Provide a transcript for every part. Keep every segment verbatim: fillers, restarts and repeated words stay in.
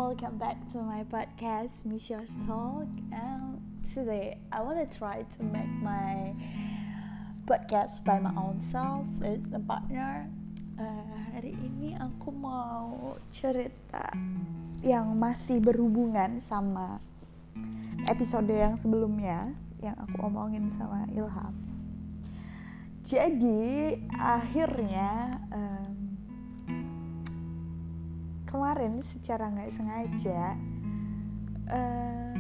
welcome back to my podcast, Misha's Talk. And today, I want to try to make my podcast by my own self. There's a partner. Uh, hari ini aku mau cerita yang masih berhubungan sama episode yang sebelumnya yang aku omongin sama Ilham. Jadi akhirnya um, kemarin secara nggak sengaja uh,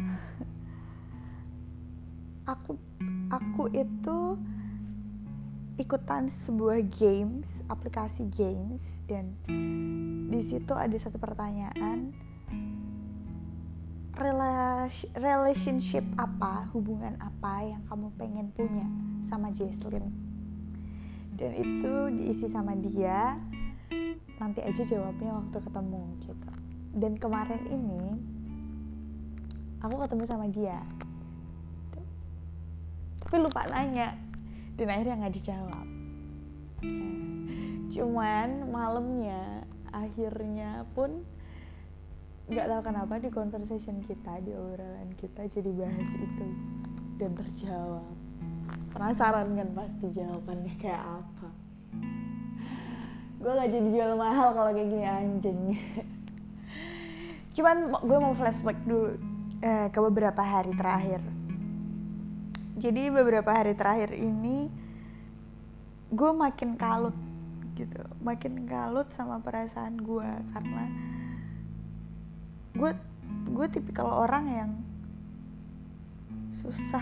aku aku itu ikutan sebuah games, aplikasi games, dan di situ ada satu pertanyaan, relationship apa, hubungan apa yang kamu pengen punya sama Jesslyn, dan itu diisi sama dia. Nanti aja jawabnya waktu ketemu gitu. Dan kemarin ini aku ketemu sama dia, tapi lupa nanya dan akhirnya nggak dijawab. Cuman malamnya akhirnya pun nggak tahu kenapa di conversation kita, di obrolan kita jadi bahas itu dan terjawab. Penasaran kan pasti jawabannya kayak apa. Gue gak jadi jual mahal kalau kayak gini, anjing. Cuman gue mau flashback dulu eh, ke beberapa hari terakhir. Jadi beberapa hari terakhir ini gue makin kalut gitu, makin kalut sama perasaan gue, karena gue gue tipikal orang yang susah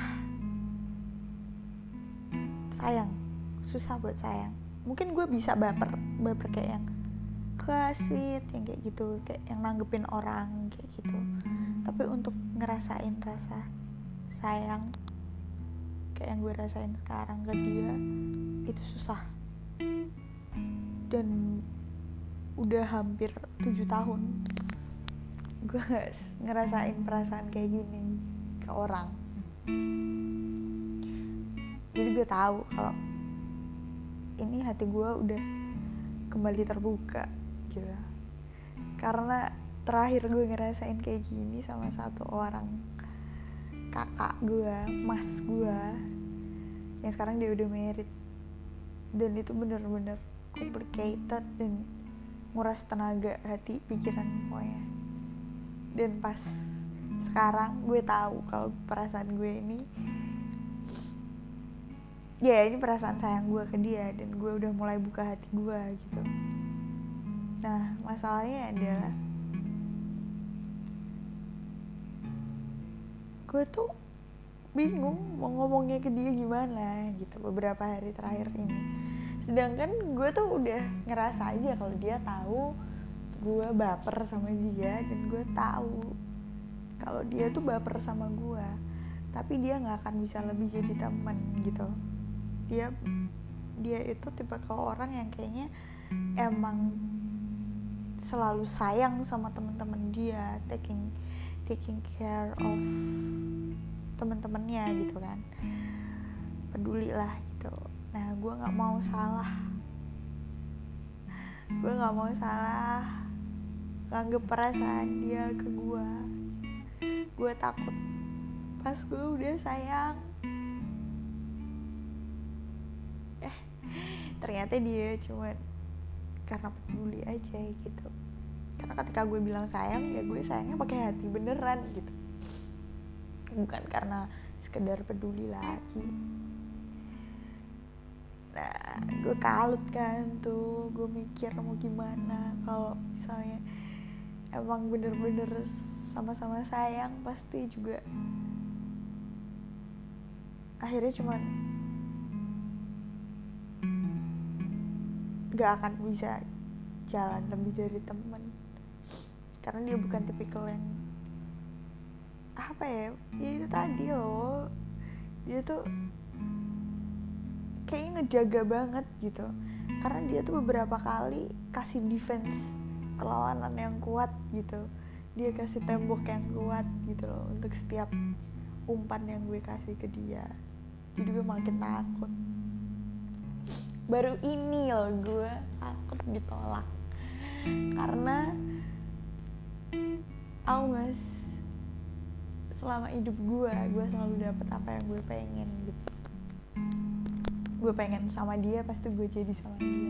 sayang, susah buat sayang. Mungkin gue bisa baper, baper kayak yang wah sweet, yang kayak gitu, kayak yang nanggepin orang kayak gitu. Tapi untuk ngerasain rasa sayang kayak yang gue rasain sekarang ke dia, itu susah. Dan udah hampir tujuh tahun gue gak ngerasain perasaan kayak gini ke orang. Jadi gue tahu kalau ini hati gue udah kembali terbuka gitu. Karena terakhir gue ngerasain kayak gini sama satu orang kakak gue, mas gue, yang sekarang dia udah married. Dan itu bener-bener complicated dan nguras tenaga, hati, pikiran pokoknya. Dan pas sekarang gue tahu kalau perasaan gue ini, ya ini perasaan sayang gue ke dia, dan gue udah mulai buka hati gue gitu. Nah masalahnya adalah gue tuh bingung mau ngomongnya ke dia gimana gitu beberapa hari terakhir ini. Sedangkan gue tuh udah ngerasa aja kalau dia tahu gue baper sama dia, dan gue tahu kalau dia tuh baper sama gue, tapi dia nggak akan bisa lebih jadi teman gitu. Dia dia itu tipe kalau orang yang kayaknya emang selalu sayang sama teman-teman dia, taking taking care of teman-temannya gitu kan, peduli lah gitu. Nah gue nggak mau salah, gue nggak mau salah nganggep perasaan dia ke gue. Gue takut pas gue udah sayang, ternyata dia cuma karena peduli aja gitu. Karena ketika gue bilang sayang, ya gue sayangnya pakai hati beneran gitu, bukan karena sekedar peduli lagi. Nah gue kalut kan tuh, gue mikir mau gimana kalau misalnya emang bener-bener sama-sama sayang, pasti juga akhirnya cuman gak akan bisa jalan lebih dari teman. Karena dia bukan tipikal yang apa ya, ya itu tadi loh, dia tuh kayaknya ngejaga banget gitu. Karena dia tuh beberapa kali kasih defense, perlawanan yang kuat gitu. Dia kasih tembok yang kuat gitu loh untuk setiap umpan yang gue kasih ke dia. Jadi gue makin takut. Baru ini loh gue takut ditolak, karena almost selama hidup gue gue selalu dapet apa yang gue pengen gitu. Gue pengen sama dia, pasti gue jadi sama dia.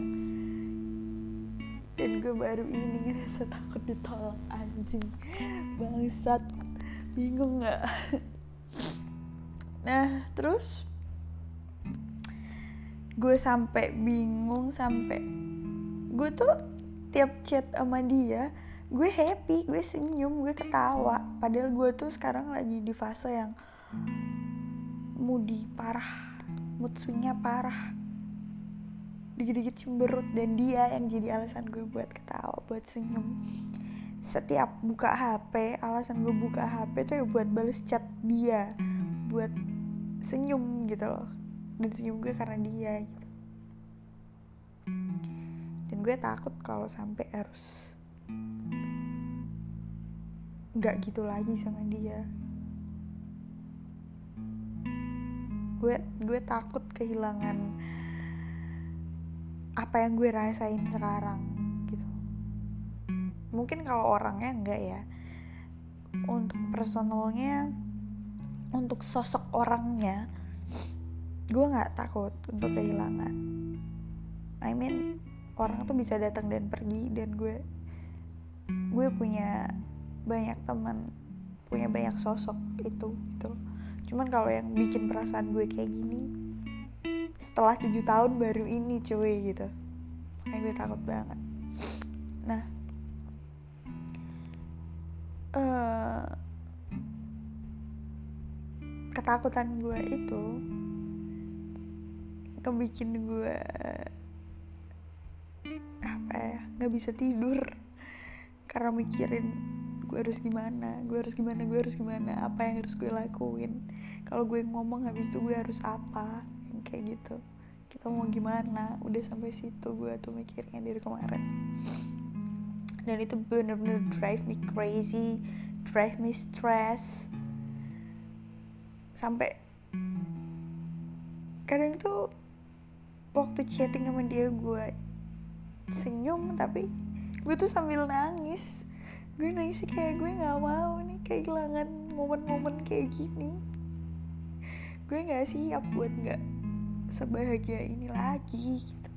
Dan gue baru ini ngerasa takut ditolak, anjing, bangsat, bingung nggak? Nah terus gue sampai bingung, sampai gue tuh tiap chat sama dia gue happy, gue senyum, gue ketawa. Padahal gue tuh sekarang lagi di fase yang moody parah, mood swingnya parah, dikit-dikit cemberut. Dan dia yang jadi alasan gue buat ketawa, buat senyum. Setiap buka H P, alasan gue buka H P tuh ya buat bales chat dia, buat senyum gitu loh. Dan senyum gue karena dia gitu. Dan gue takut kalau sampai harus nggak gitu lagi sama dia. Gue gue takut kehilangan apa yang gue rasain sekarang gitu. Mungkin kalau orangnya enggak ya. Untuk personalnya, untuk sosok orangnya, gue nggak takut untuk kehilangan. I mean, orang tuh bisa datang dan pergi, dan gue gue punya banyak teman, punya banyak sosok itu gitu. Cuman kalau yang bikin perasaan gue kayak gini setelah tujuh tahun baru ini cuy gitu, makanya gue takut banget. Nah uh, ketakutan gue itu kebikin gue apa ya, nggak bisa tidur karena mikirin gue harus gimana, gue harus gimana, gue harus gimana, apa yang harus gue lakuin. Kalau gue ngomong habis itu gue harus apa, yang kayak gitu. Kita mau gimana, udah sampai situ gue tuh mikirnya dari kemarin. Dan itu bener-bener drive me crazy, drive me stress. Sampai kadang tuh waktu chatting sama dia gue senyum, tapi gue tuh sambil nangis. Gue nangis kayak gue gak mau nih kehilangan momen-momen kayak gini. Gue gak siap buat gak sebahagia ini lagi gitu.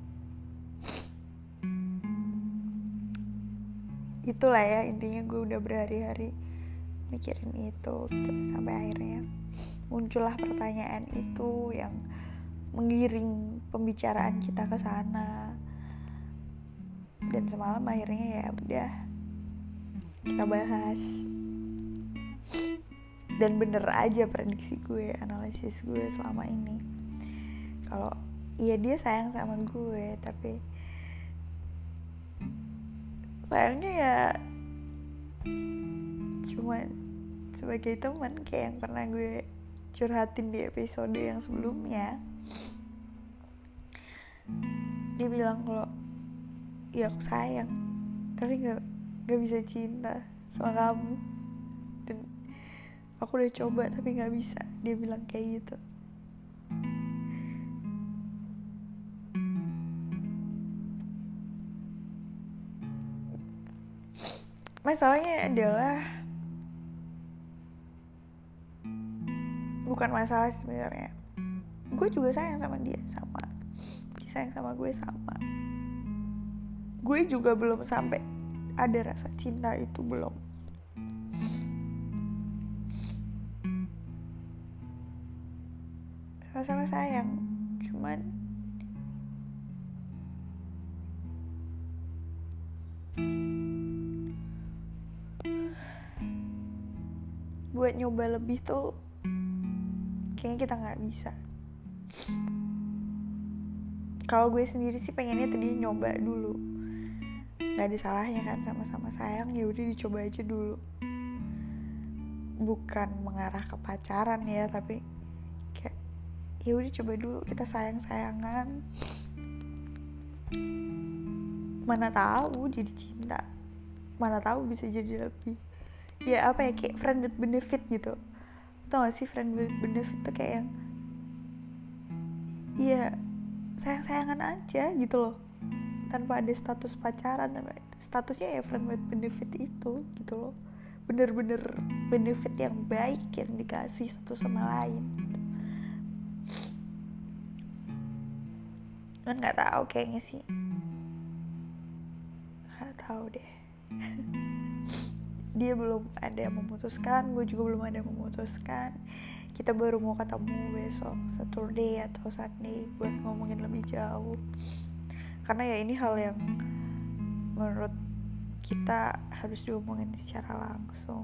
Itulah ya intinya, gue udah berhari-hari mikirin itu gitu. Sampai akhirnya muncullah pertanyaan itu yang menggiring pembicaraan kita ke sana. Dan semalam akhirnya ya udah kita bahas. Dan bener aja prediksi gue, analisis gue selama ini, kalau iya dia sayang sama gue, tapi sayangnya ya cuma sebagai teman, kayak yang pernah gue curhatin di episode yang sebelumnya. Dia bilang kalau ya aku sayang, tapi gak, gak bisa cinta sama kamu. Dan aku udah coba tapi gak bisa, dia bilang kayak gitu. Masalahnya adalah bukan masalah sebenarnya. Gue juga sayang sama dia, sama dia sayang sama gue sama. Gue juga belum sampai ada rasa cinta itu, belum. Sama-sama sayang, cuman buat nyoba lebih tuh kayaknya kita nggak bisa. Kalau gue sendiri sih pengennya tadi nyoba dulu, nggak ada salahnya kan, sama-sama sayang, ya udah dicoba aja dulu. Bukan mengarah ke pacaran ya, tapi kayak ya udah coba dulu, kita sayang-sayangan, mana tahu jadi cinta, mana tahu bisa jadi lebih. Ya apa ya, kayak friend with benefit gitu. Tau gak sih friend with benefit tuh kayak yang ya sayang-sayangan aja gitu loh, tanpa ada status pacaran, statusnya ya friend with benefit itu gitu loh. bener-bener benefit yang baik yang dikasih satu sama lain gitu. Kan nggak tahu kayaknya sih, nggak tahu deh. Dia belum ada yang memutuskan, gue juga belum ada yang memutuskan. Kita baru mau ketemu besok Saturday atau Sunday buat ngomongin lebih jauh. Karena ya ini hal yang menurut kita harus diomongin secara langsung.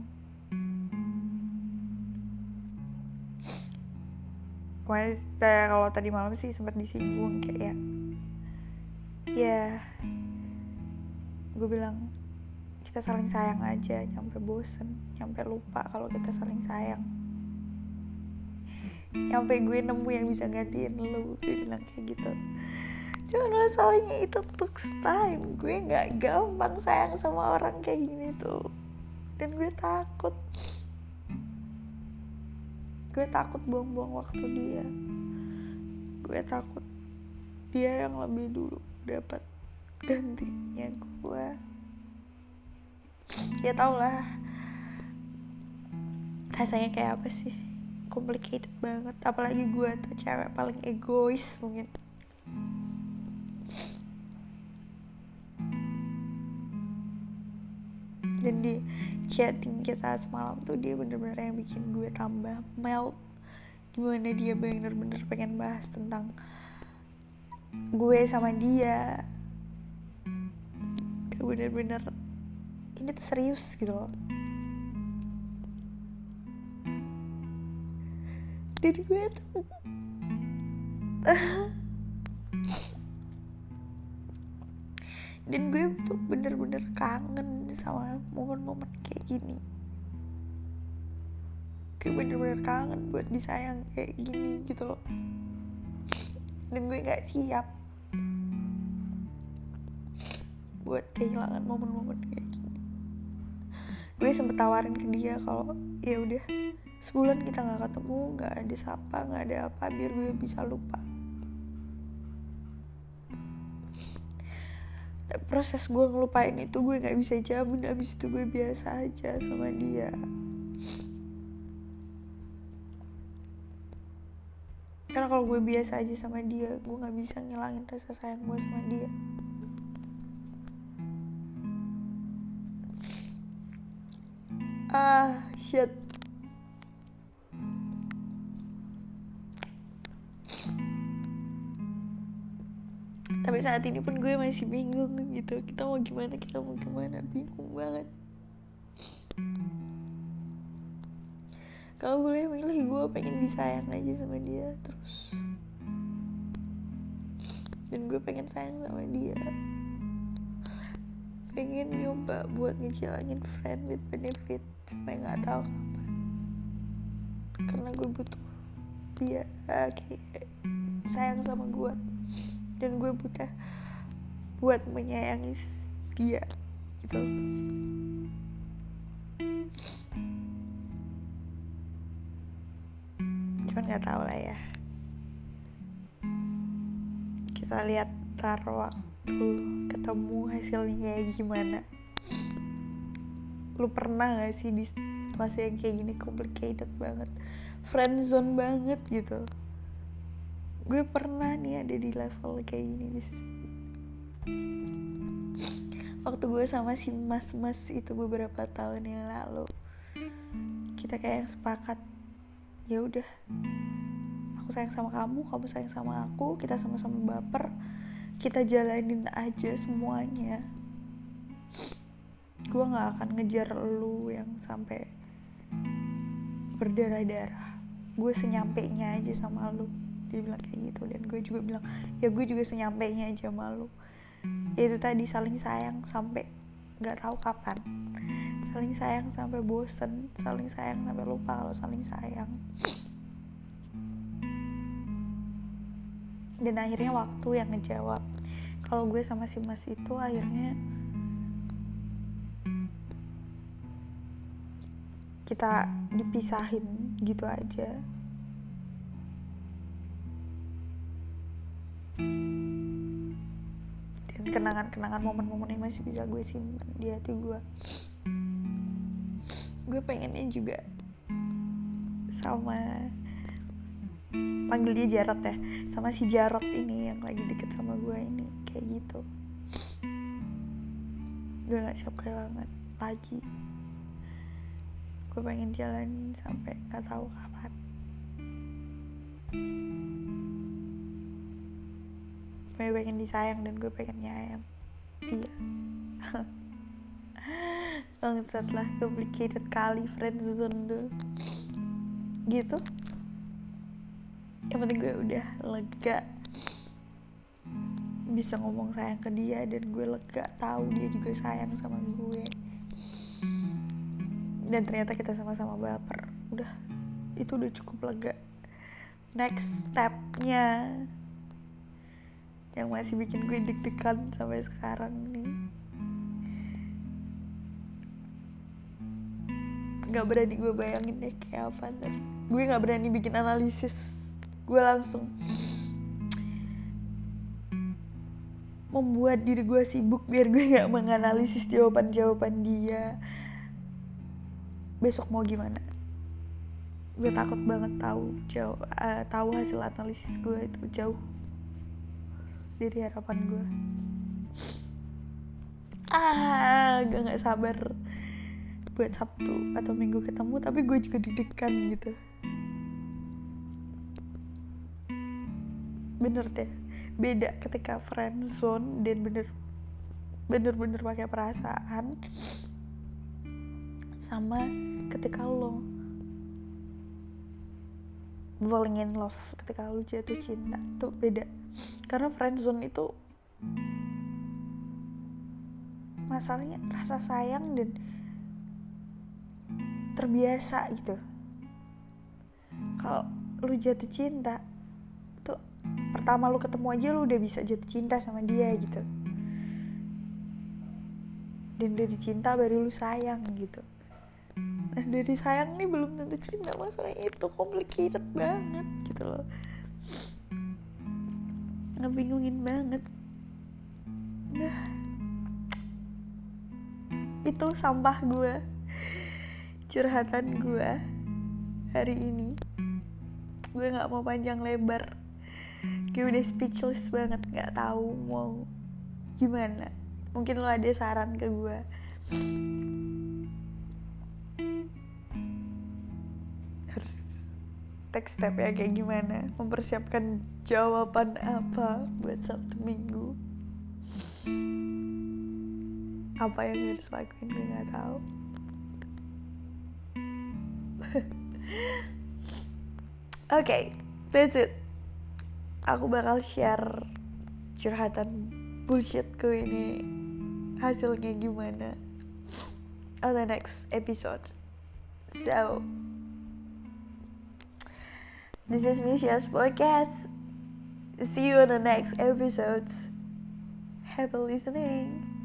Kemarin saya kalau tadi malam sih sempat disinggung kayak ya, ya gue bilang kita saling sayang aja nyampe bosen, nyampe lupa kalau kita saling sayang, nyampe gue nemu yang bisa gantiin lu, gue bilang kayak gitu. Cuman masalahnya itu took time, gue nggak gampang sayang sama orang kayak gini tuh, dan gue takut, gue takut buang-buang waktu dia, gue takut dia yang lebih dulu dapat gantinya gue. Ya tau lah rasanya kayak apa sih, complicated banget, apalagi gue tuh cewek paling egois mungkin. Dan di chatting kita semalam tuh dia bener-bener yang bikin gue tambah melt. Gimana dia bener-bener pengen bahas tentang gue sama dia, bener-bener ini tuh serius gitu loh. Dan gue tuh dan gue tuh bener-bener kangen sama momen-momen kayak gini. Gue bener-bener kangen buat disayang kayak gini gitu loh. Dan gue gak siap buat kehilangan momen-momen kayak gini. Gue sempet tawarin ke dia kalau ya udah sebulan kita nggak ketemu, nggak ada sapa, nggak ada apa, biar gue bisa lupa. Dan proses gue ngelupain itu gue nggak bisa jamin abis itu gue biasa aja sama dia. Karena kalau gue biasa aja sama dia, gue nggak bisa ngilangin rasa sayang gue sama dia. Ah, shit. Tapi saat ini pun gue masih bingung gitu. Kita mau gimana, kita mau gimana, bingung banget. Kalau boleh milih, gue pengen disayang aja sama dia terus. Dan gue pengen sayang sama dia. Pengen nyoba buat ngejalanin friend with benefit sampai gak tahu kapan. Karena gue butuh dia kayak sayang sama gue. Dan gue butuh buat menyayangi dia gitu. Cuman gak tahu lah ya. Kita lihat taruh waktu ketemu hasilnya kayak gimana. Lu pernah gak sih di situasi yang kayak gini, complicated banget, friendzone banget gitu? Gue pernah nih ada di level kayak gini nih. Waktu gue sama si mas-mas itu beberapa tahun yang lalu, kita kayak yang sepakat, ya udah, aku sayang sama kamu, kamu sayang sama aku, kita sama-sama baper, kita jalanin aja semuanya. Gue nggak akan ngejar lu yang sampai berdarah-darah. Gue senyampainya aja sama lu. Dia bilang kayak gitu, dan gue juga bilang ya gue juga senyampainya aja sama lu. Ya itu tadi, saling sayang sampai nggak tahu kapan, saling sayang sampai bosen, saling sayang sampai lupa kalau saling sayang. Dan akhirnya waktu yang ngejawab kalau gue sama si mas itu akhirnya kita dipisahin gitu aja. Dan kenangan-kenangan momen-momen ini masih bisa gue simpan di hati gue. gue pengennya juga sama, panggil dia Jarot ya, sama si Jarot ini yang lagi deket sama gue ini, kayak gitu. Gue gak siap kehilangan lagi. Gue pengen jalan sampai gak tahu kapan. Gue pengen disayang dan gue pengen nyayang dia. Bangsat lah, complicated kali friendzone tuh. Gitu. Yang penting gue udah lega bisa ngomong sayang ke dia, dan gue lega tahu dia juga sayang sama gue. Dan ternyata kita sama-sama baper. Udah, itu udah cukup lega. Next stepnya yang masih bikin gue deg-degan sampai sekarang nih, gak berani gue bayangin deh kayak apa ntar. Gue gak berani bikin analisis. Gue langsung membuat diri gue sibuk biar gue gak menganalisis jawaban-jawaban dia. Besok mau gimana? Gue takut banget tahu jauh, uh, tahu hasil analisis gue itu jauh dari harapan gue. Ah, gue gak sabar buat Sabtu atau Minggu ketemu, tapi gue juga deg-degan gitu. Bener deh, beda ketika friendzone dan bener bener-bener pakai perasaan, sama ketika lo falling in love, ketika lo jatuh cinta, tuh beda. Karena friendzone itu masalahnya rasa sayang dan terbiasa gitu. Kalau lu jatuh cinta tuh, pertama lu ketemu aja lu udah bisa jatuh cinta sama dia gitu. Dan dari cinta baru lu sayang gitu. Nah dari sayang nih belum tentu cinta, masalahnya itu complicated banget gitu loh. Ngebingungin banget. Nah, itu sampah gue, curhatan gue hari ini. Gue nggak mau panjang lebar, gue udah speechless banget, nggak tahu mau gimana. Mungkin lo ada saran ke gue. Harus take step ya kayak gimana, mempersiapkan jawaban apa buat Sabtu Minggu. Apa yang harus lakuin gue nggak tahu. Oke, okay, that's it. Aku bakal share curhatan bullshitku ini hasilnya gimana on the next episode. So, this is Misha's podcast. See you on the next episode. Happy listening.